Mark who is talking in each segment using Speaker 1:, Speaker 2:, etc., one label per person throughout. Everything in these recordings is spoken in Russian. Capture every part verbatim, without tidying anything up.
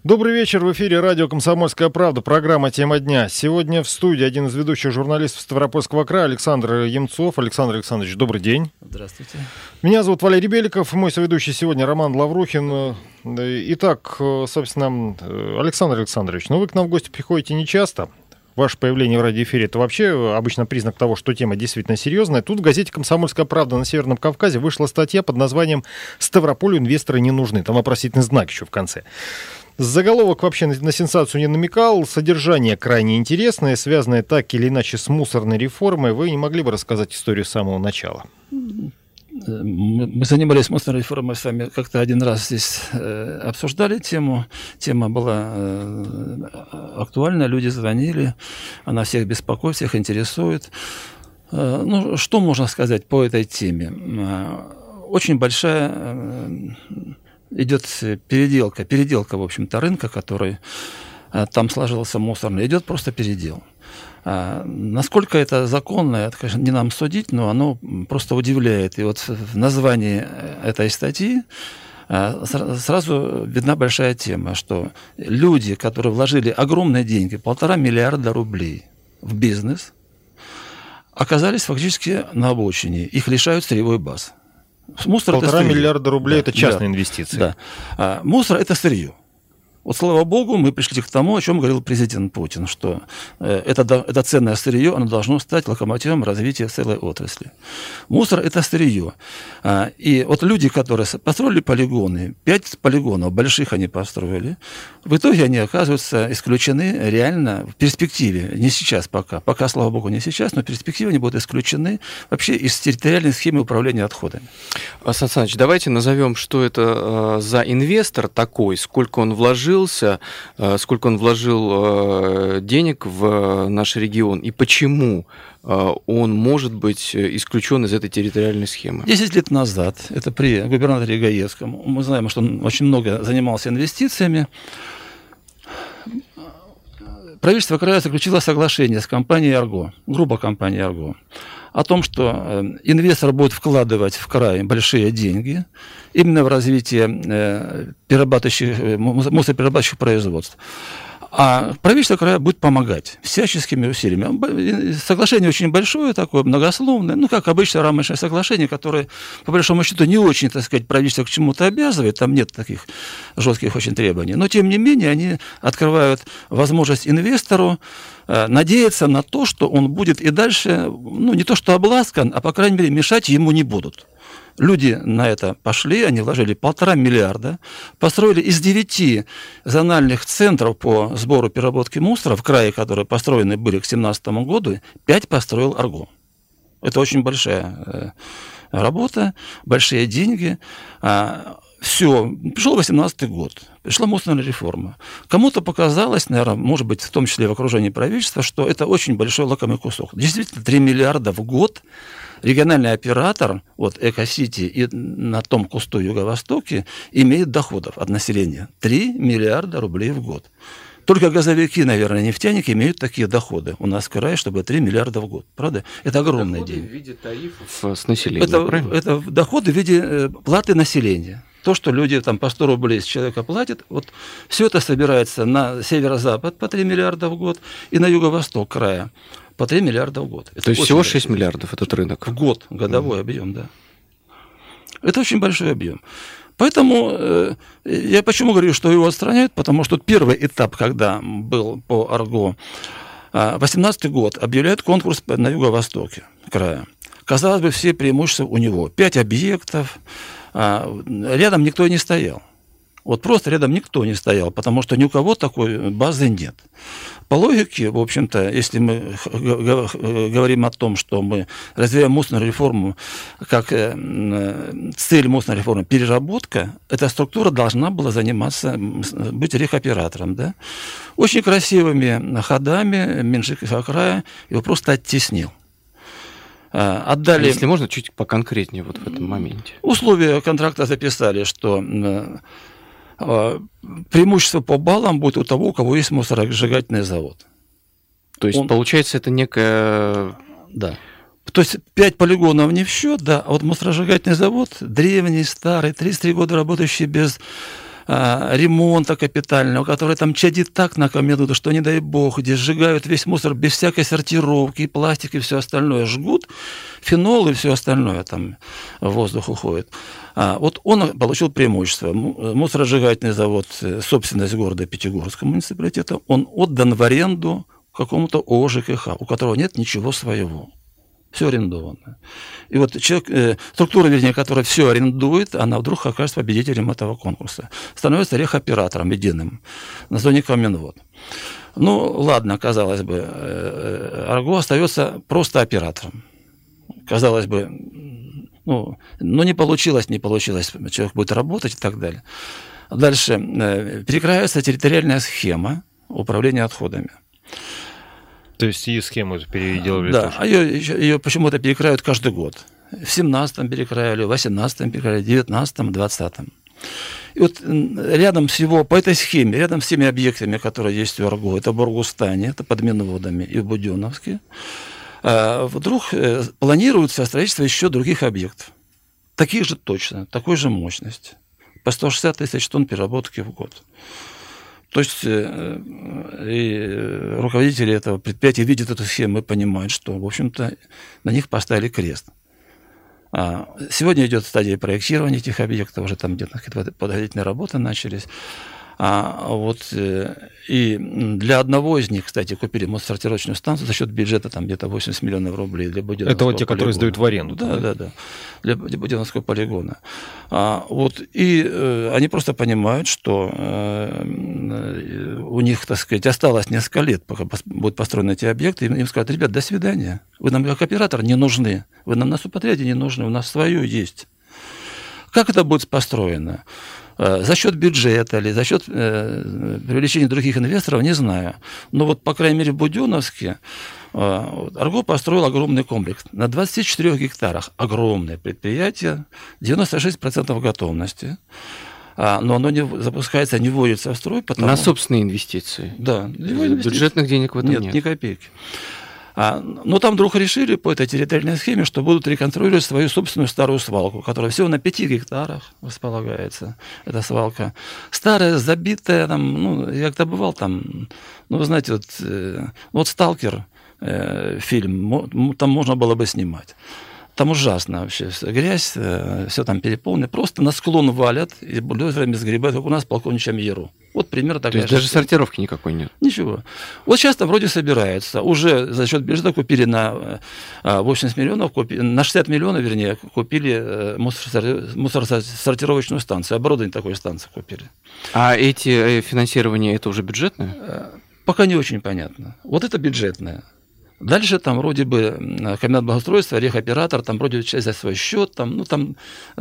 Speaker 1: Добрый вечер, в эфире радио «Комсомольская правда», программа «Тема дня». Сегодня в студии один из ведущих журналистов Ставропольского края Александр Емцов. Александр Александрович, добрый день.
Speaker 2: Здравствуйте.
Speaker 1: Меня зовут Валерий Беликов, мой соведущий сегодня Роман Лаврухин. Итак, собственно, Александр Александрович, ну вы к нам в гости приходите нечасто. Ваше появление в радиоэфире — это вообще обычно признак того, что тема действительно серьезная. Тут в газете «Комсомольская правда» на Северном Кавказе вышла статья под названием «Ставрополю инвесторы не нужны». Там вопросительный знак еще в конце. Заголовок вообще на, на сенсацию не намекал. Содержание крайне интересное, связанное так или иначе с мусорной реформой. Вы не могли бы рассказать историю с самого начала?
Speaker 2: Мы занимались мусорной реформой с вами как-то один раз здесь э, обсуждали тему. Тема была э, актуальна, люди звонили, она всех беспокоит, всех интересует. Э, ну, что можно сказать по этой теме? Э, очень большая э, идет переделка, переделка, в общем-то, рынка, который э, там сложился мусорный, идет просто передел. А насколько это законно, это, конечно, не нам судить, но оно просто удивляет. И вот в названии этой статьи сразу видна большая тема, что люди, которые вложили огромные деньги, полтора миллиарда рублей в бизнес, оказались фактически на обочине. Их лишают сырьевой баз. Мусор
Speaker 1: полтора миллиарда рублей да, – это частные да, инвестиции.
Speaker 2: Да. А мусор – это сырье. Вот, слава богу, мы пришли к тому, о чем говорил президент Путин, что это, это ценное сырье, оно должно стать локомотивом развития целой отрасли. Мусор – это сырье. И вот люди, которые построили полигоны, пять полигонов больших они построили, в итоге они оказываются исключены реально в перспективе, не сейчас пока, пока, слава богу, не сейчас, но в перспективе они будут исключены вообще из территориальной схемы управления отходами.
Speaker 3: Сан Саныч, давайте назовем, что это за инвестор такой, сколько он вложил, сколько он вложил денег в наш регион и почему он может быть исключен из этой территориальной схемы.
Speaker 2: Десять лет назад, это при губернаторе Гаевском, мы знаем, что он очень много занимался инвестициями, правительство края заключило соглашение с компанией «Арго», группа компании «Арго», о том, что инвестор будет вкладывать в край большие деньги именно в развитие перерабатывающих, мусороперерабатывающих производств. А правительство края будет помогать всяческими усилиями. Соглашение очень большое, такое многословное, ну, как обычно, рамочное соглашение, которое, по большому счету, не очень, так сказать, правительство к чему-то обязывает, там нет таких жестких очень требований. Но, тем не менее, они открывают возможность инвестору э, надеяться на то, что он будет и дальше, ну, не то что обласкан, а, по крайней мере, мешать ему не будут. Люди на это пошли, они вложили полтора миллиарда, построили из девяти зональных центров по сбору переработки мусора в крае, которые построены были к семнадцатому году, пять построил «Арго». Это очень большая работа, большие деньги. Все, пришел восемнадцатый год, пришла мусорная реформа. Кому-то показалось, наверное, может быть, в том числе в окружении правительства, что это очень большой лакомый кусок. Действительно, три миллиарда в год региональный оператор, вот Эко-Сити и на том кусту Юго-Востоке, имеет доходов от населения. три миллиарда рублей в год. Только газовики, наверное, нефтяники имеют такие доходы у нас в крае, чтобы три миллиарда в год. Правда? Это огромные
Speaker 3: доходы
Speaker 2: деньги.
Speaker 3: В виде тарифов с населением,
Speaker 2: это,
Speaker 3: правильно?
Speaker 2: Это доходы в виде платы населения. То, что люди там по сто рублей с человека платят, вот все это собирается на северо-запад по три миллиарда в год и на юго-восток края по три миллиарда в год. Это
Speaker 3: То есть всего шесть миллиардов этот рынок?
Speaker 2: В год, годовой mm. объем, да. Это очень большой объем. Поэтому э, я почему говорю, что его отстраняют, потому что первый этап, когда был по «Арго», восемнадцатый год, объявляют конкурс на юго-востоке края. Казалось бы, все преимущества у него. Пять объектов, рядом никто не стоял. Вот просто рядом никто не стоял, потому что ни у кого такой базы нет. По логике, в общем-то, если мы говорим о том, что мы развиваем мусорную реформу, как цель мусорной реформы переработка, эта структура должна была заниматься, быть рехоператором. Да? Очень красивыми ходами Меньшикова края его просто оттеснил. Отдали...
Speaker 3: Если можно, чуть поконкретнее вот в этом моменте.
Speaker 2: Условия контракта записали, что преимущество по баллам будет у того, у кого есть мусоросжигательный завод.
Speaker 3: То есть, Он... получается, это некая...
Speaker 2: Да. То есть, пять полигонов не в счет, да, а вот мусоросжигательный завод, древний, старый, тридцать три года работающий без а, ремонта капитального, который там чадит так на камеду, что не дай бог, где сжигают весь мусор без всякой сортировки, и пластик, и все остальное жгут, фенол и все остальное там в воздух уходит. А, вот он получил преимущество. Мусоросжигательный завод, собственность города Пятигорского муниципалитета, он отдан в аренду какому-то ООО ЖКХ, у которого нет ничего своего. Все арендовано. И вот человек, э, структура, вернее, которая все арендует, она вдруг окажется победителем этого конкурса. Становится рехоператором единым на зоне Каменвод. Ну, ладно, казалось бы, э, Арго остается просто оператором. Казалось бы, ну, но не получилось, не получилось, человек будет работать и так далее. Дальше э, перекраивается территориальная схема управления отходами.
Speaker 1: То есть и схему переделали?
Speaker 2: Да,
Speaker 1: тоже.
Speaker 2: а ее, ее почему-то перекраивают каждый год. В семнадцатом перекраивали, в восемнадцатом перекраивали, в девятнадцатом, двадцатом. И вот рядом с его, по этой схеме, рядом с теми объектами, которые есть у Арго, это в Бургустане, это под Минводами и в Буденновске, вдруг планируется строительство еще других объектов. Таких же точно, такой же мощности. По сто шестьдесят тысяч тонн переработки в год. То есть и руководители этого предприятия видят эту схему и понимают, что, в общем-то, на них поставили крест. Сегодня идет стадия проектирования этих объектов, уже там где-то какие-то подготовительные работы начались. А вот и для одного из них, кстати, купили мусоросортировочную станцию за счет бюджета там где-то восемьдесят миллионов рублей для Буденновского
Speaker 1: Это вот те,
Speaker 2: полигона.
Speaker 1: которые сдают в аренду.
Speaker 2: Да, да, да, для Буденновского полигона. А, вот, и э, они просто понимают, что э, у них, так сказать, осталось несколько лет, пока будут построены эти объекты, и им скажут: ребят, до свидания, вы нам как оператор не нужны, вы нам на субподряде не нужны, у нас свое есть. Как это будет построено? За счет бюджета или за счет э, привлечения других инвесторов, не знаю. Но вот, по крайней мере, в Буденновске э, Арго построил огромный комплекс на двадцати четырёх гектарах. Огромное предприятие, девяносто шесть процентов готовности. А, но оно не запускается, не вводится в строй. Потому...
Speaker 3: На собственные инвестиции?
Speaker 2: Да.
Speaker 3: Бюджетных денег в этом
Speaker 2: нет?
Speaker 3: нет?
Speaker 2: Нет, ни копейки. А, но там вдруг решили по этой территориальной схеме, что будут реконструировать свою собственную старую свалку, которая всего на пяти гектарах располагается, эта свалка. Старая, забитая, там, ну, я как-то бывал там, ну, вы знаете, вот, э, вот «Сталкер» э, фильм, там можно было бы снимать. Там ужасно вообще. Грязь, э, все там переполнено. Просто на склон валят и бульдозерами сгребают, как у нас в полковничьем Яру. Вот примерно такая.
Speaker 3: То есть даже сортировки никакой нет?
Speaker 2: Ничего. Вот сейчас там вроде собирается. Уже за счет бюджета купили на восемьдесят миллионов, купили, на шестьдесят миллионов, вернее, купили мусоросортировочную станцию. Оборудование такой станции купили.
Speaker 3: А эти финансирования, это уже бюджетное?
Speaker 2: Пока не очень понятно. Вот это бюджетное. Дальше там вроде бы комбинат благоустройства, рехоператор, там вроде часть за свой счет, там, ну там,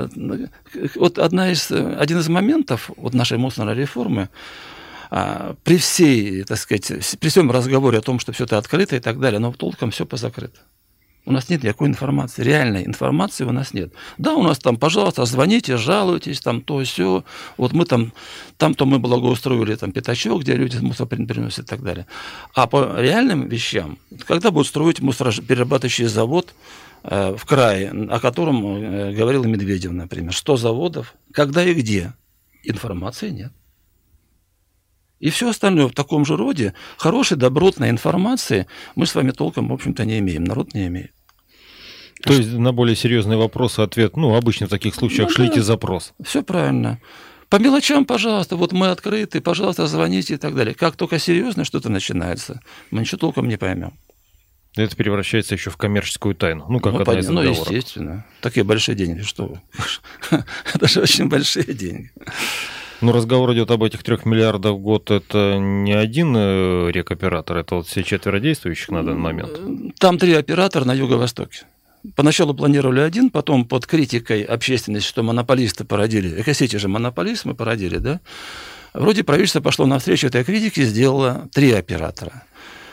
Speaker 2: вот одна из, один из моментов вот нашей мусорной реформы, при всей, так сказать, при всем разговоре о том, что все это открыто и так далее, но толком все позакрыто. У нас нет никакой информации, реальной информации у нас нет. Да, у нас там, пожалуйста, звоните, жалуйтесь, там то, сё. Вот мы там, там-то мы благоустроили там пятачок, где люди мусор приносят и так далее. А по реальным вещам, когда будут строить мусороперерабатывающий завод э, в крае, о котором э, говорил Медведев, например, сто заводов, когда и где, информации нет. И все остальное в таком же роде, хорошей, добротной информации мы с вами толком, в общем-то, не имеем, народ не имеет.
Speaker 1: То есть на более серьезные вопросы ответ, ну, обычно в таких случаях ну, шлите да, запрос.
Speaker 2: Все правильно. По мелочам, пожалуйста, вот мы открыты, пожалуйста, звоните и так далее. Как только серьезно что-то начинается, мы ничего толком не поймем.
Speaker 1: Это превращается еще в коммерческую тайну. Ну, как
Speaker 2: ну,
Speaker 1: одна из
Speaker 2: ну,
Speaker 1: договоров.
Speaker 2: Естественно. Такие большие деньги, что вы. Это же очень большие деньги.
Speaker 1: Ну, разговор идет об этих трех миллиардах в год. Это не один рекоператор, это вот все четверо действующих на данный момент?
Speaker 2: Там три оператора на юго-востоке. Поначалу планировали один, потом под критикой общественности, что монополисты породили. Экосети же монополист мы породили, да? Вроде правительство пошло навстречу этой критике, сделало три оператора.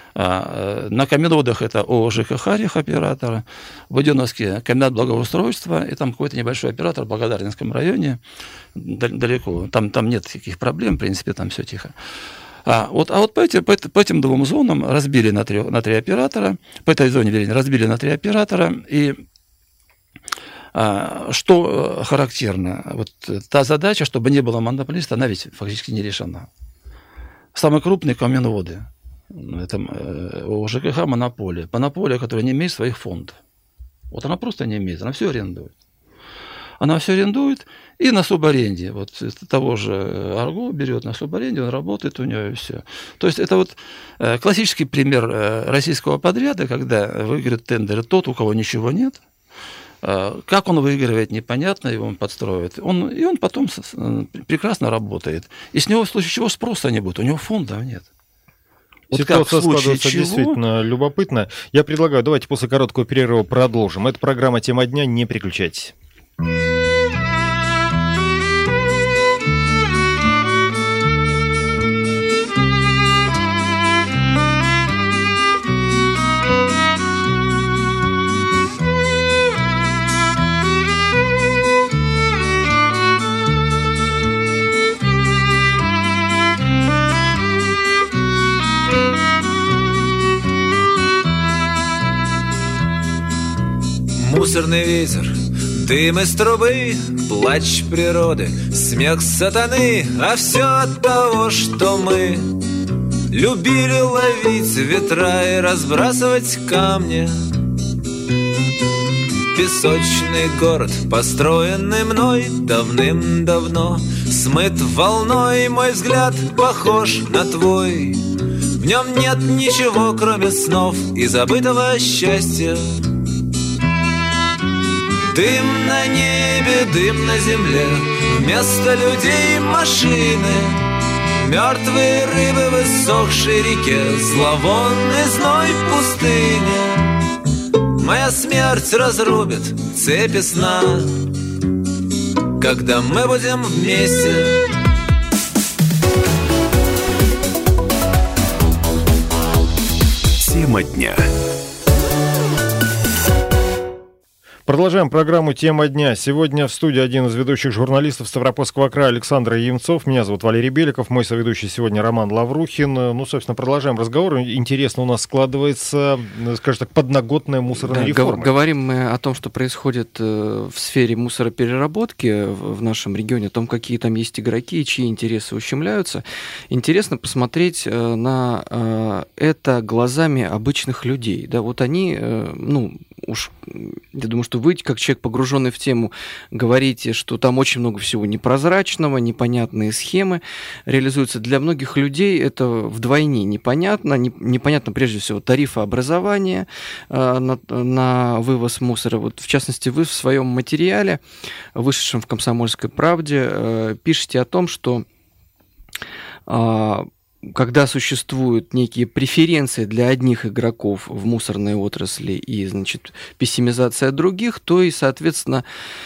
Speaker 2: На Каменводах это ООО ЖКХ рехоператора, в Буденновске комбинат благоустройства, и там какой-то небольшой оператор в Благодаринском районе, далеко. Там, там нет таких проблем, в принципе, там все тихо. А вот, а вот по, эти, по, по этим двум зонам разбили на три, на три оператора, по этой зоне, вернее, разбили на три оператора, и Что характерно? Вот та задача, чтобы не было монополиста, она ведь фактически не решена. Самые крупные каменводы. Это у ЖКХ монополия. Монополия, которая не имеет своих фондов. Вот она просто не имеет, она все арендует. Она все арендует и на субаренде. Вот того же Арго берет на субаренде, он работает у него и все. То есть это вот классический пример российского подряда, когда выиграет тендер тот, у кого ничего нет. Как он выигрывает, непонятно, его он подстроит. Он, и он потом прекрасно работает. И с него в случае чего спроса не будет, у него фондов нет.
Speaker 1: Вот ситуация складывается чего? Действительно любопытно. Я предлагаю, давайте после короткого перерыва продолжим. Это программа «Тема дня», не переключайтесь.
Speaker 4: Мусорный ветер, дым из трубы, плач природы, смех сатаны, а все от того, что мы любили ловить ветра и разбрасывать камни. Песочный город, построенный мной давным-давно, смыт волной, мой взгляд похож на твой. В нем нет ничего, кроме снов и забытого счастья. Дым на небе, дым на земле, вместо людей машины, мертвые рыбы в иссохшей реке, зловонный зной в пустыне. Моя смерть разрубит цепи сна, когда мы будем вместе.
Speaker 1: Тема дня. Продолжаем программу «Тема дня». Сегодня в студии один из ведущих журналистов Ставропольского края Александр Ямцов. Меня зовут Валерий Беликов, мой соведущий сегодня Роман Лаврухин. Ну, собственно, продолжаем разговор. Интересно, у нас складывается, скажем так, подноготная мусорная да, реформа.
Speaker 3: Говорим мы о том, что происходит в сфере мусоропереработки в нашем регионе, о том, какие там есть игроки, чьи интересы ущемляются. Интересно посмотреть на это глазами обычных людей. Да, вот они, ну, уж, я думаю, что вы, как человек, погруженный в тему, говорите, что там очень много всего непрозрачного, непонятные схемы реализуются. Для многих людей это вдвойне непонятно. Непонятно, прежде всего, тарифообразование э, на, на вывоз мусора. Вот, в частности, вы в своем материале, вышедшем в «Комсомольской правде», э, пишете о том, что э, когда существуют некие преференции для одних игроков в мусорной отрасли и, значит, пессимизация других, то и, соответственно,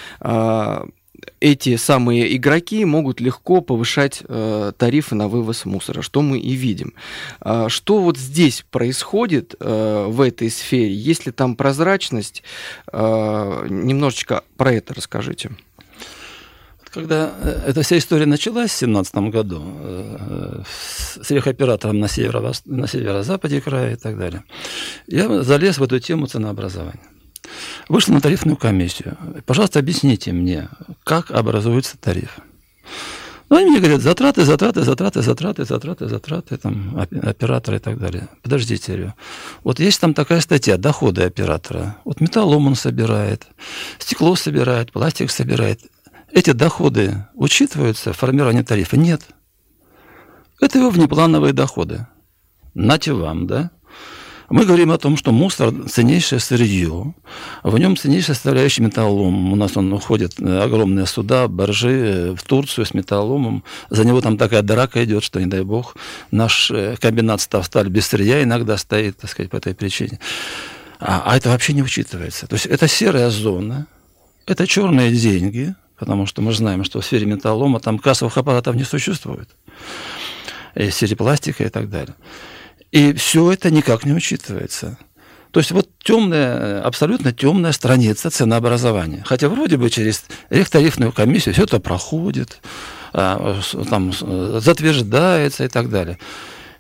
Speaker 3: эти самые игроки могут легко повышать тарифы на вывоз мусора, что мы и видим. Что вот здесь происходит в этой сфере? Есть ли там прозрачность? Немножечко про это расскажите.
Speaker 2: Когда эта вся история началась в две тысячи семнадцатом году с рехоператором на, северо- на северо-западе края и так далее, я залез в эту тему ценообразования. Вышел на тарифную комиссию. Пожалуйста, объясните мне, как образуется тариф. Ну, они мне говорят, затраты, затраты, затраты, затраты, затраты, затраты, там, операторы и так далее. Подождите, я говорю. Вот есть там такая статья, доходы оператора. Вот металлолом он собирает, стекло собирает, пластик собирает. Эти доходы учитываются в формировании тарифа? Нет. Это его внеплановые доходы. Нате вам, да? Мы говорим о том, что мусор – ценнейшее сырье, в нем ценнейшая составляющая металлолом. У нас он уходит, огромные суда, баржи в Турцию с металлоломом. За него там такая драка идет, что, не дай бог, наш комбинат «Ставсталь» без сырья иногда стоит, так сказать, по этой причине. А, а это вообще не учитывается. То есть это серая зона, это черные деньги, потому что мы знаем, что в сфере металлолома там кассовых аппаратов не существует, и в сфере пластика и так далее. И все это никак не учитывается. То есть вот темная, абсолютно темная страница ценообразования. Хотя вроде бы через рехтарифную комиссию все это проходит, там, затверждается и так далее.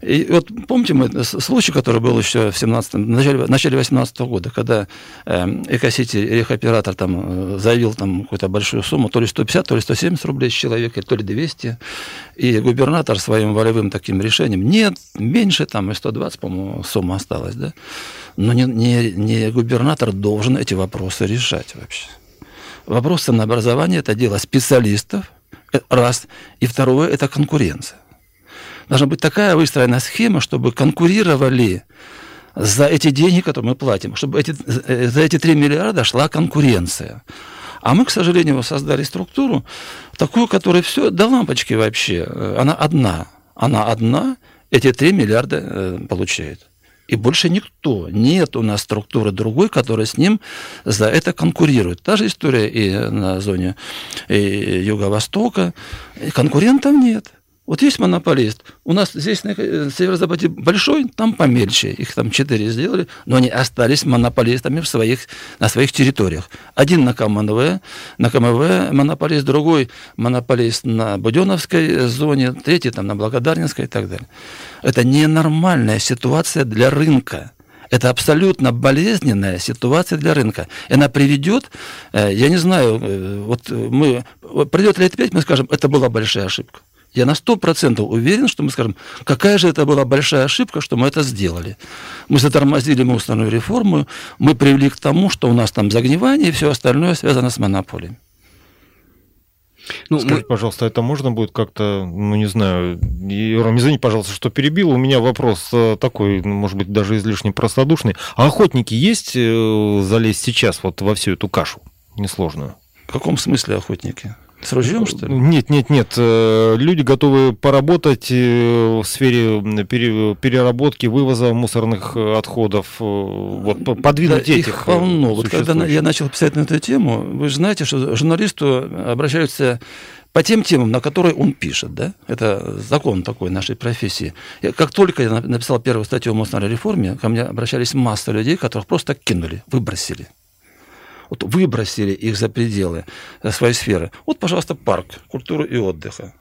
Speaker 2: И вот помните мы случай, который был еще в семнадцатом, в начале, в начале восемнадцатого года, когда э, Экосити, рехоператор там заявил там какую-то большую сумму, то ли сто пятьдесят, то ли сто семьдесят рублей с человека, то ли двести, и губернатор своим волевым таким решением, нет, меньше, там и сто двадцать, по-моему, сумма осталась, да, но не, не, не губернатор должен эти вопросы решать вообще. Вопрос ценообразования – это дело специалистов, раз, и второе – это конкуренция. Должна быть такая выстроена схема, чтобы конкурировали за эти деньги, которые мы платим, чтобы эти, за эти три миллиарда шла конкуренция. А мы, к сожалению, создали структуру такую, которая все до лампочки вообще. Она одна. Она одна, эти три миллиарда получает. И больше никто. Нет у нас структуры другой, которая с ним за это конкурирует. Та же история и на зоне и Юго-Востока. Конкурентов нет. Вот есть монополист. У нас здесь на северо-западе большой, там помельче. Их там четыре сделали, но они остались монополистами в своих, на своих территориях. Один на КМВ, на КМВ монополист, другой монополист на Буденновской зоне, третий там на Благодарнинской и так далее. Это ненормальная ситуация для рынка. Это абсолютно болезненная ситуация для рынка. И она приведет, я не знаю, вот мы, придет лет пять, мы скажем, это была большая ошибка. Я на сто процентов уверен, что мы скажем, какая же это была большая ошибка, что мы это сделали. Мы затормозили мусорную реформу, мы привели к тому, что у нас там загнивание и все остальное связано с монополией.
Speaker 1: Ну, Скажите, мы... пожалуйста, это можно будет как-то, ну, не знаю, Ром, извините, пожалуйста, что перебил. У меня вопрос такой, может быть, даже излишне простодушный. А охотники есть залезть сейчас вот во всю эту кашу несложную?
Speaker 2: В каком смысле охотники? С ружьем, что ли?
Speaker 1: Нет, нет, нет. Люди готовы поработать в сфере переработки, вывоза мусорных отходов, вот, подвинуть
Speaker 2: да,
Speaker 1: этих.
Speaker 2: Их полно. Вот когда я начал писать на эту тему, вы же знаете, что журналисту обращаются по тем темам, на которые он пишет, да? Это закон такой нашей профессии. Я, как только я написал первую статью о мусорной реформе, ко мне обращались масса людей, которых просто кинули, выбросили. Вот выбросили их за пределы своей сферы. Вот, пожалуйста, парк культуры и отдыха.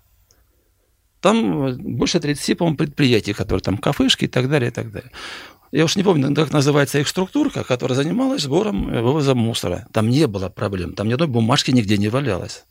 Speaker 2: Там больше тридцати, по-моему, предприятий, которые там кафешки и так далее, и так далее. Я уж не помню, как называется их структурка, которая занималась сбором и вывозом мусора. Там не было проблем, там ни одной бумажки нигде не валялось.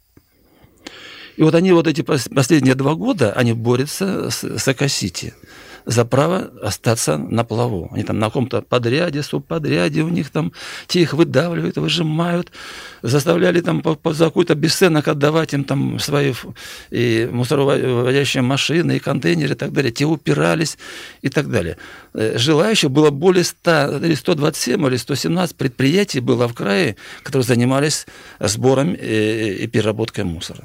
Speaker 2: И вот они вот эти последние два года, они борются с, с Экосити за право остаться на плаву. Они там на каком-то подряде, субподряде у них там, те их выдавливают, выжимают, заставляли там по, по, за какой-то бесценок отдавать им там свои и мусоровыводящие машины, и контейнеры и так далее. Те упирались и так далее. Желающих было более ста, или сто двадцать семь, или сто семнадцать предприятий было в крае, которые занимались сбором и, и переработкой мусора.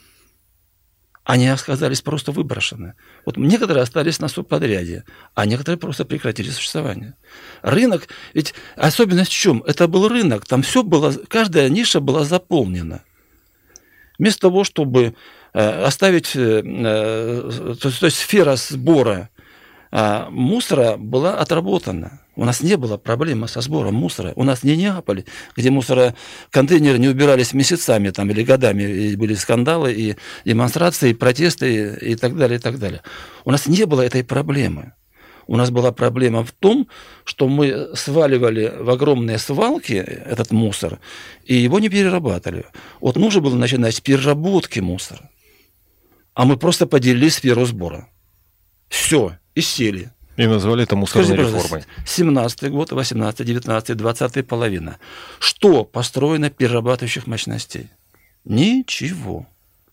Speaker 2: Они оказались просто выброшены. Вот некоторые остались на субподряде, а некоторые просто прекратили существование. Рынок, ведь особенность в чем? Это был рынок, там все было, каждая ниша была заполнена. Вместо того, чтобы оставить, то есть сфера сбора мусора была отработана. У нас не было проблемы со сбором мусора. У нас не Неаполь, где мусороконтейнеры не убирались месяцами там, или годами, и были скандалы, и демонстрации, и протесты, и, и так далее, и так далее. У нас не было этой проблемы. У нас была проблема в том, что мы сваливали в огромные свалки этот мусор, и его не перерабатывали. Вот нужно было начинать с переработки мусора. А мы просто поделили сферу сбора. Все, и сели.
Speaker 1: И назвали это мусорной
Speaker 2: Скажите,
Speaker 1: реформой.
Speaker 2: семнадцатый год, восемнадцатый, девятнадцатый, двадцатый половина. Что построено перерабатывающих мощностей? Ничего.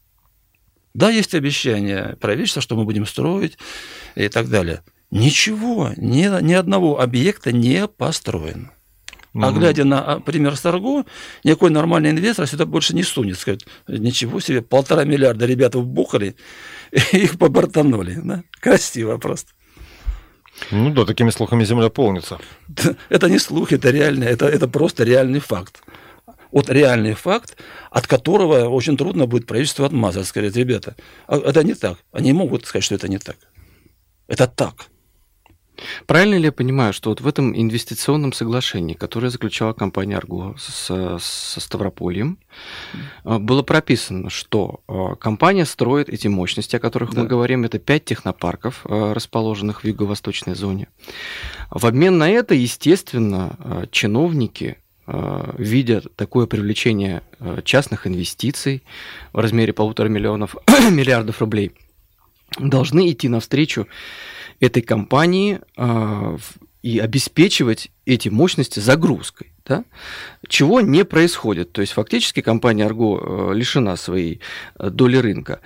Speaker 2: Да, есть обещания правительства, что мы будем строить и так далее. Ничего, ни, ни одного объекта не построено. Mm-hmm. А глядя на пример Сарго, никакой нормальный инвестор сюда больше не сунет. Скажет, ничего себе, полтора миллиарда ребята вбухали, и их побортанули. Да? Красиво просто.
Speaker 1: Ну да, такими слухами земля полнится.
Speaker 2: Это не слух, это реально, это, это просто реальный факт. Вот реальный факт, от которого очень трудно будет правительству отмазаться. Сказать, ребята, это не так. Они могут сказать, что это не так. Это так.
Speaker 3: Правильно ли я понимаю, что вот в этом инвестиционном соглашении, которое заключала компания «Арго» со, со Ставропольем, было прописано, что компания строит эти мощности, о которых да. мы говорим, это пять технопарков, расположенных в юго-восточной зоне. В обмен на это, естественно, чиновники, видя такое привлечение частных инвестиций в размере полутора миллионов миллиардов рублей, должны идти навстречу этой компании э, и обеспечивать эти мощности загрузкой, да? Чего не происходит. То есть фактически компания «Арго» лишена своей доли рынка.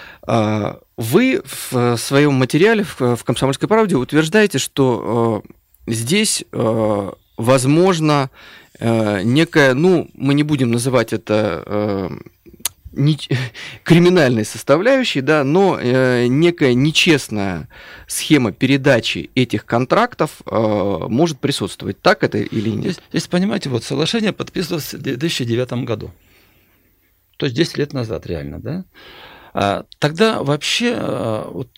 Speaker 3: Э, вы в своем материале в, в «Комсомольской правде» утверждаете, что э, здесь э, возможно э, некая, ну, мы не будем называть это... Э, Не, криминальной составляющей, да, но э, некая нечестная схема передачи этих контрактов э, может присутствовать. Так это или нет?
Speaker 2: Здесь, здесь, понимаете, вот соглашение подписывалось в две тысячи девятом году. То есть десять лет назад реально, да? А, тогда вообще а, вот,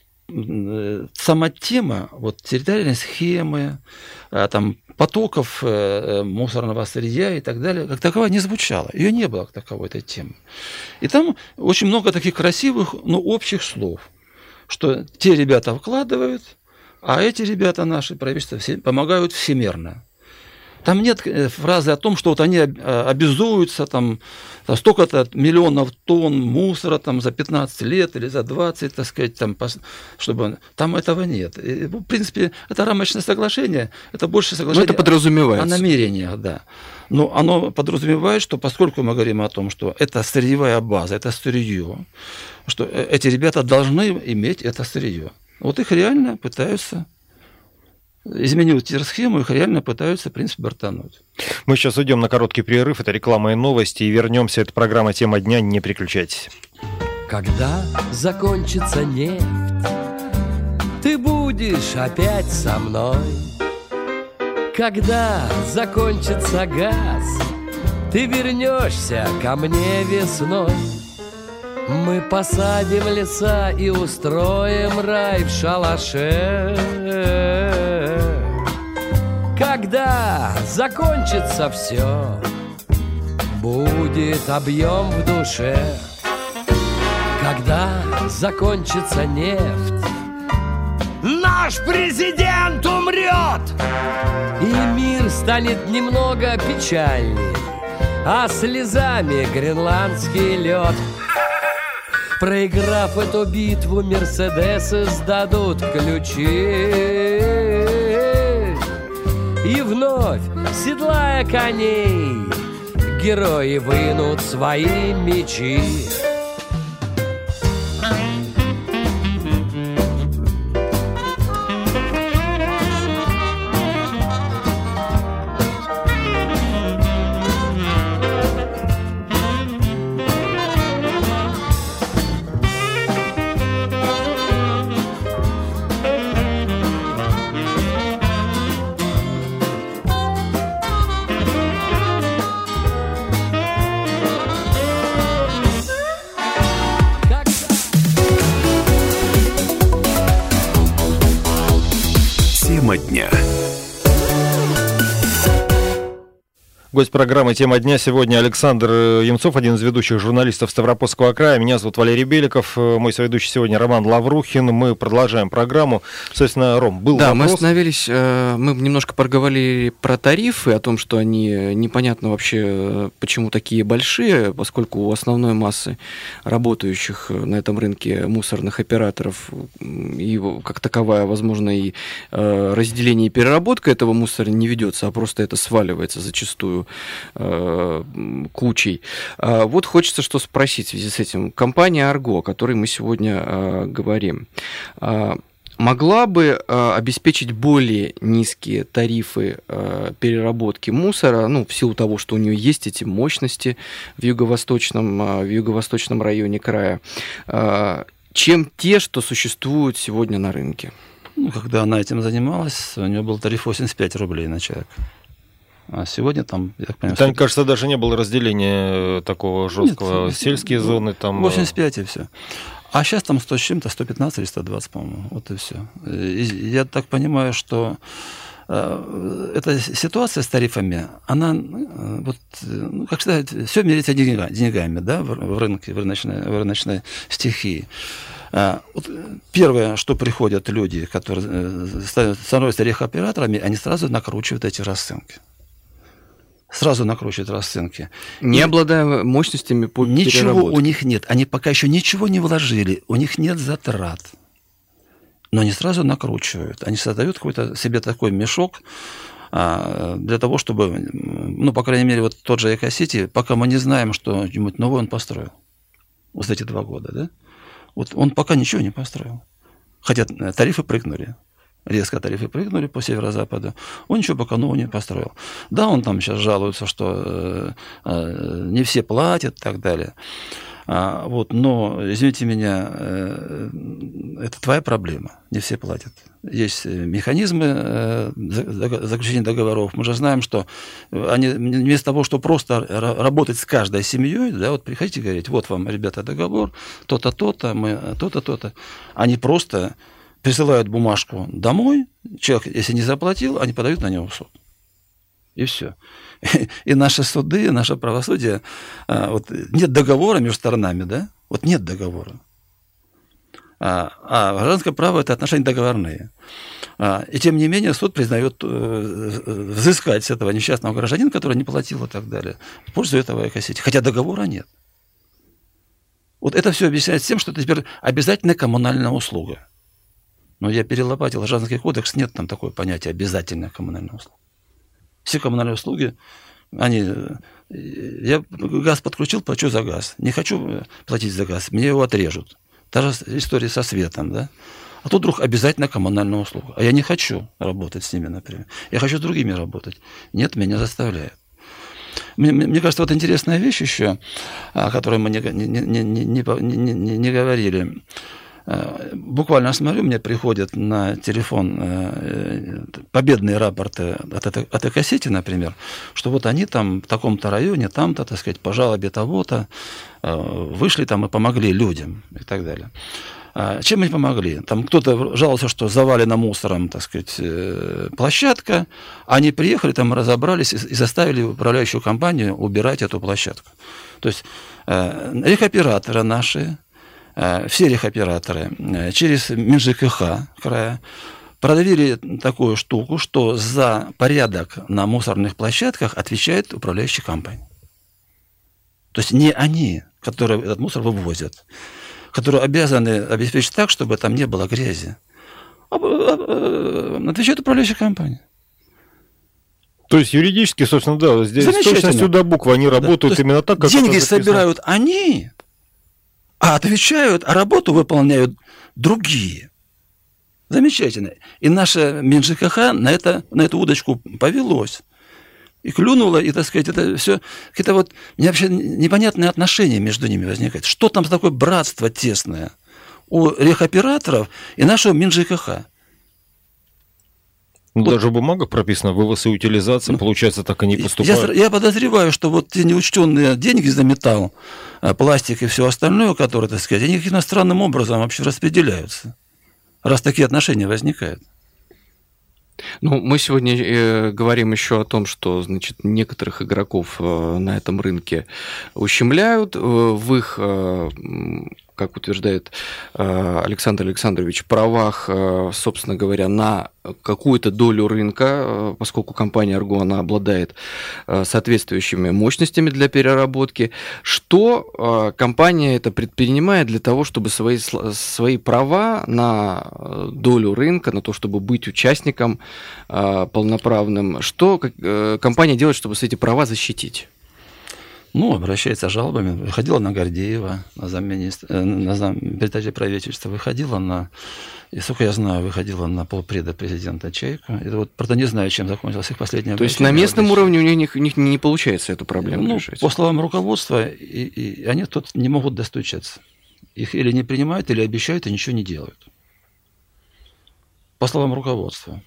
Speaker 2: сама тема вот, территориальной схемы, а, там, потоков э, мусорного сырья и так далее, как таковая не звучала. Ее не было как таковой этой темы. И там очень много таких красивых, но общих слов, что те ребята вкладывают, а эти ребята, наши правительства, все, помогают всемерно. Там нет фразы о том, что вот они обязуются там, столько-то миллионов тонн мусора там, за пятнадцать лет или за двадцать, так сказать, там, чтобы... Там этого нет. И, в принципе, это рамочное соглашение, это больше соглашение
Speaker 3: это подразумевается.
Speaker 2: О намерениях, да. Но оно подразумевает, что поскольку мы говорим о том, что это сырьевая база, это сырье, что эти ребята должны иметь это сырье. Вот их реально пытаются... изменил схему, их реально пытаются, в принципе, бортануть.
Speaker 1: Мы сейчас уйдем на короткий перерыв, это реклама и новости, и вернемся. Это программа «Тема дня», не переключайтесь.
Speaker 5: Когда закончится нефть, ты будешь опять со мной. Когда закончится газ, ты вернешься ко мне весной. Мы посадим леса и устроим рай в шалаше. Когда закончится все, будет объем в душе. Когда закончится нефть, наш президент умрет, и мир станет немного печальней, а слезами гренландский лед. Проиграв эту битву, мерседесы сдадут ключи, и вновь, седлая коней, герои вынут свои мечи.
Speaker 6: Дня.
Speaker 1: Гость программы «Тема дня» сегодня Александр Емцов, один из ведущих журналистов Ставропольского края. Меня зовут Валерий Беликов, мой соведущий сегодня Роман Лаврухин. Мы продолжаем программу. Собственно, Ром, был
Speaker 3: да,
Speaker 1: вопрос.
Speaker 3: Да, мы остановились, мы немножко проговорили про тарифы, о том, что они непонятно вообще, почему такие большие, поскольку у основной массы работающих на этом рынке мусорных операторов и как таковая, возможно, и разделение и переработка этого мусора не ведется, а просто это сваливается зачастую кучей. Вот хочется что спросить в связи с этим. Компания «Арго», о которой мы сегодня говорим, могла бы обеспечить более низкие тарифы переработки мусора, ну, в силу того, что у нее есть эти мощности в юго-восточном, в юго-восточном районе края, чем те, что существуют сегодня на рынке?
Speaker 2: Ну, когда она этим занималась, у нее был тариф восемьдесят пять рублей на человека. А сегодня там, я так понимаю...
Speaker 1: Там, кажется, даже не было разделения такого жесткого. Нет, сельские зоны там...
Speaker 2: восемьдесят пять и все. А сейчас там сто с чем-то, сто пятнадцать или сто двадцать, по-моему. Вот и все. И я так понимаю, что э, эта ситуация с тарифами, она, э, вот, ну, как сказать, все меряется деньгами, деньгами, да, в, в рынке, в рыночной, в рыночной стихии. А, вот первое, что приходят люди, которые э, становятся рехоператорами, они сразу накручивают эти расценки. Сразу накручивают расценки.
Speaker 3: Не
Speaker 2: И
Speaker 3: обладая мощностями по
Speaker 2: ничего
Speaker 3: переработке.
Speaker 2: у них нет. Они пока еще ничего не вложили. У них нет затрат. Но они сразу накручивают. Они создают какой-то себе такой мешок а, для того, чтобы, ну, по крайней мере, вот тот же Экосити, пока мы не знаем, что что-нибудь новое он построил. Вот за эти два года, да? Вот он пока ничего не построил. Хотя тарифы прыгнули. Резко тарифы прыгнули по северо-западу. Он ничего пока нового не построил. Да, он там сейчас жалуется, что э, э, не все платят и так далее. А, вот, но, извините меня, э, это твоя проблема. Не все платят. Есть механизмы э, заключения договоров. Мы же знаем, что они вместо того, чтобы просто работать с каждой семьей, да, вот приходите говорить, вот вам, ребята, договор, то-то, то-то, мы то-то, то-то. Они просто присылают бумажку домой, человек, если не заплатил, они подают на него в суд. И все. И наши суды, наше правосудие, вот нет договора между сторонами, да? Вот нет договора. А, а гражданское право – это отношения договорные. А, и тем не менее суд признает взыскать с этого несчастного гражданина, который не платил и так далее, в пользу этого Экосити. Хотя договора нет. Вот это все объясняется тем, что это теперь обязательная коммунальная услуга. Но я перелопатил гражданский кодекс, нет там такое понятие обязательная коммунальная услуга. Все коммунальные услуги, они... Я газ подключил, плачу за газ. Не хочу платить за газ, мне его отрежут. Та же история со светом, да? А тут вдруг обязательно коммунальная услуга. А я не хочу работать с ними, например. Я хочу с другими работать. Нет, меня заставляют. Мне, мне кажется, вот интересная вещь еще, о которой мы не, не, не, не, не, не, не говорили. Буквально смотрю, мне приходят на телефон победные рапорты от, от Экосити, например, что вот они там в таком-то районе, там-то, так сказать, по жалобе того-то вышли там и помогли людям и так далее. Чем они помогли? Там кто-то жаловался, что завалена мусором, так сказать, площадка, они приехали, там разобрались и заставили управляющую компанию убирать эту площадку. То есть рехоператоры наши, все рехоператоры через МинЖКХ края продавили такую штуку, что за порядок на мусорных площадках отвечает управляющая компания. То есть не они, которые этот мусор вывозят, которые обязаны обеспечить так, чтобы там не было грязи, отвечает управляющая компания.
Speaker 1: То есть юридически, собственно, да, здесь с точностью до буквы они работают да, именно так, как
Speaker 2: деньги собирают они, а отвечают, а работу выполняют другие. Замечательно. И наша МинЖКХ на, это, на эту удочку повелось. И клюнуло, и, так сказать, это все какие-то вот вообще непонятные отношения между ними возникают. Что там за такое братство тесное у рехоператоров и нашего МинЖКХ?
Speaker 1: Ну,
Speaker 2: вот.
Speaker 1: Даже в бумагах прописано вывоз и утилизация, ну, получается, так и не поступают.
Speaker 2: Я, я подозреваю, что вот те неучтенные деньги за металл, пластик и все остальное, которые, так сказать, они каким-то странным образом вообще распределяются, раз такие отношения возникают.
Speaker 3: Ну, мы сегодня э, говорим еще о том, что, значит, некоторых игроков э, на этом рынке ущемляют э, в их, э, как утверждает э, Александр Александрович, правах, э, собственно говоря, на какую-то долю рынка, э, поскольку компания Argo, она обладает э, соответствующими мощностями для переработки. Что э, компания это предпринимает для того, чтобы свои, свои права на долю рынка, на то, чтобы быть участником полноправным, что компания делает, чтобы эти права защитить?
Speaker 2: Ну, обращается с жалобами. Выходила на Гордеева, на замминистра, на зампредседателя правительства, выходила на, и, сколько я знаю, выходила на полпреда президента Чайку. Это вот, правда, не знаю, чем закончилось их последнее
Speaker 3: То есть на местном уровне у них, у них не получается эту проблему
Speaker 2: ну,
Speaker 3: решить?
Speaker 2: По словам руководства, и, и они тут не могут достучаться. Их или не принимают, или обещают, и ничего не делают. По словам руководства.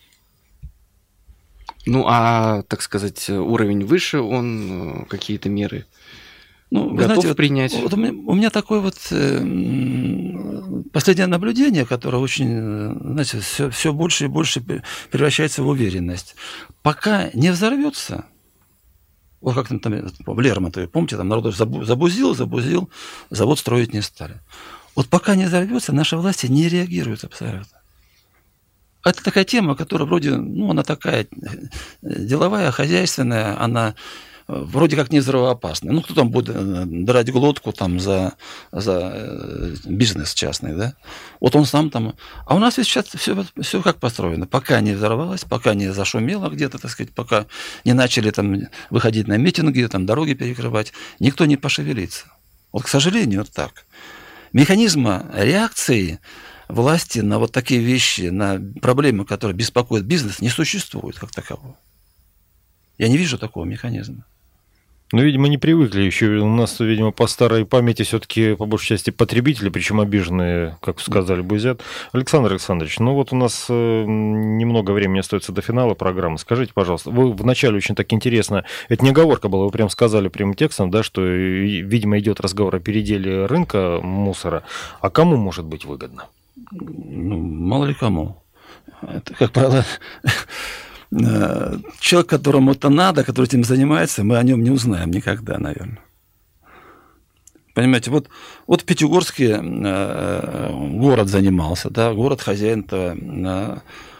Speaker 3: Ну, а, так сказать, уровень выше, он какие-то меры
Speaker 2: Ну, вы
Speaker 3: готов
Speaker 2: знаете,
Speaker 3: принять?
Speaker 2: Вот, вот у, меня, у меня такое вот э, последнее наблюдение, которое очень, знаете, все, все больше и больше превращается в уверенность. Пока не взорвется, вот как там, там в Лермонтове, помните, там народ забузил, забузил, завод строить не стали. Вот пока не взорвется, наши власти не реагируют абсолютно. Это такая тема, которая вроде, ну, она такая деловая, хозяйственная, она вроде как не взрывоопасная. Ну, кто там будет драть глотку там за, за бизнес частный, да? Вот он сам там... А у нас ведь сейчас все, все как построено. Пока не взорвалось, пока не зашумело где-то, так сказать, пока не начали там выходить на митинги, там дороги перекрывать, никто не пошевелится. Вот, к сожалению, вот так. Механизма реакции власти на вот такие вещи, на проблемы, которые беспокоят бизнес, не существует как такового. Я не вижу такого механизма.
Speaker 1: Ну, видимо, не привыкли еще. У нас, видимо, по старой памяти все-таки, по большей части, потребители, причем обиженные, как сказали, бузят. Александр Александрович, ну вот у нас немного времени остается до финала программы. Скажите, пожалуйста, вы вначале очень так интересно, это не оговорка была, вы прям сказали прямым текстом, да, что, видимо, идет разговор о переделе рынка мусора. А кому может быть выгодно?
Speaker 2: Ну, мало ли кому. Это, как правило... Человек, которому это надо, который этим занимается, мы о нем не узнаем никогда, наверное. Понимаете, вот, вот в Пятигорске э, город занимался, да, город хозяин этого э,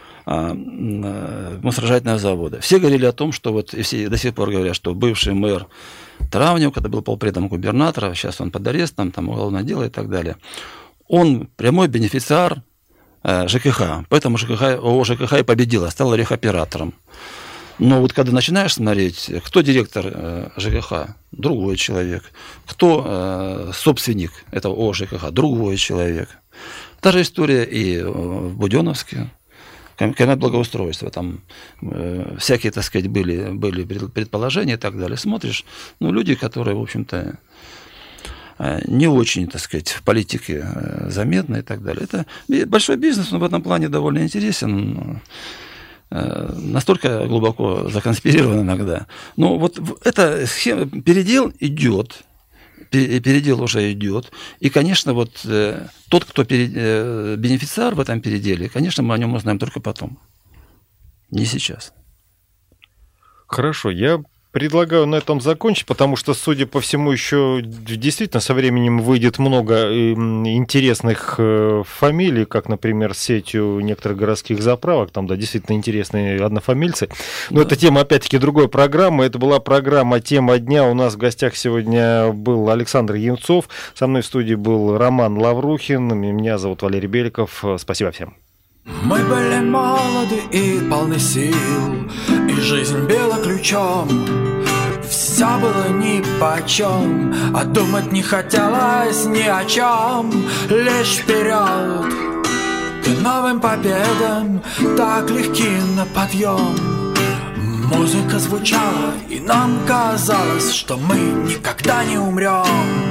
Speaker 2: э, мусоросжигательного завода. Все говорили о том, что вот, и все до сих пор говорят, что бывший мэр Травнев, когда был полпредом губернатора, сейчас он под арестом, там уголовное дело и так далее, он прямой бенефициар ЖКХ, поэтому ЖКХ, ООО ЖКХ и победила, стала рехоператором. Но вот когда начинаешь смотреть, кто директор ЖКХ, другой человек, кто собственник этого ООО ЖКХ, другой человек. Та же история и в Буденновске, комитет благоустройства, там всякие, так сказать, были, были предположения и так далее. Смотришь, ну, люди, которые, в общем-то, не очень, так сказать, в политике заметны и так далее. Это большой бизнес, он в этом плане довольно интересен, настолько глубоко законспирирован иногда. Но вот эта схема, передел идет, передел уже идет, и, конечно, вот тот, кто бенефициар в этом переделе, конечно, мы о нем узнаем только потом, не сейчас.
Speaker 1: Хорошо, я предлагаю на этом закончить, потому что, судя по всему, еще действительно со временем выйдет много интересных фамилий, как, например, сетью некоторых городских заправок, там, да, действительно интересные однофамильцы. Но да. Это тема, опять-таки, другой программы. Это была программа «Тема дня». У нас в гостях сегодня был Александр Янцов, со мной в студии был Роман Лаврухин, меня зовут Валерий Беликов. Спасибо всем.
Speaker 7: Мы были молоды и полны сил, и жизнь била ключом. Все было нипочем, а думать не хотелось ни о чем. Лишь вперед к новым победам, так легки на подъем. Музыка звучала, и нам казалось, что мы никогда не умрем.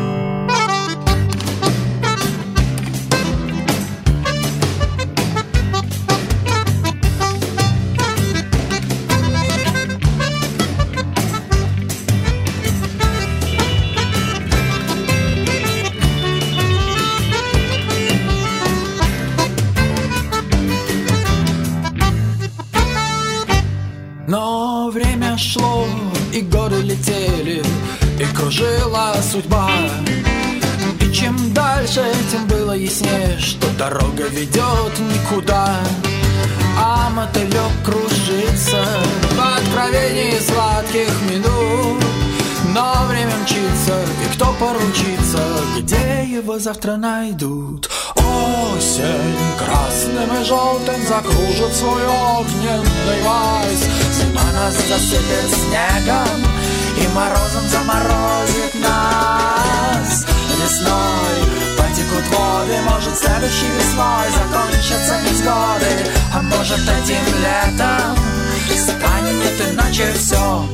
Speaker 7: Но время шло, и годы летели, и кружила судьба. И чем дальше, тем было яснее, что дорога ведет никуда. А мотылек кружится в откровении сладких минут. Но время мчится, и кто поручится, где его завтра найдут. Осень красным и желтым закружит свой огненный вальс. Зима нас засыпет снегом и морозом заморозит нас. Весной потекут воды, может, следующей весной закончатся невзгоды. А может, этим летом станет иначе все.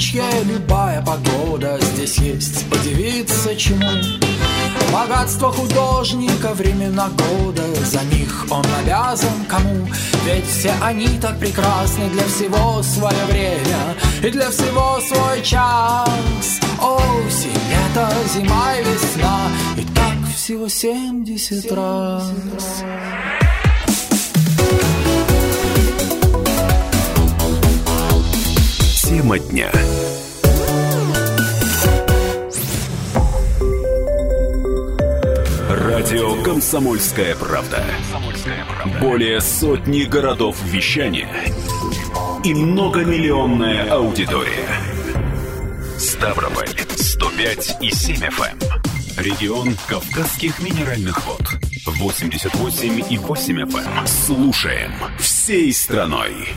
Speaker 7: птичье, любая погода. Здесь есть подивиться чему. Богатство художника, времена года, за них он обязан кому? Ведь все они так прекрасны, для всего свое время и для всего свой час. Осень, лето, зима и весна, и так всего семьдесят раз.
Speaker 6: Тема дня. Радио «Комсомольская правда». Более сотни городов вещания и многомиллионная аудитория. Ставрополь сто пять и семь эф эм. Регион Кавказских минеральных вод восемьдесят восемь и восемь эф эм. Слушаем всей страной.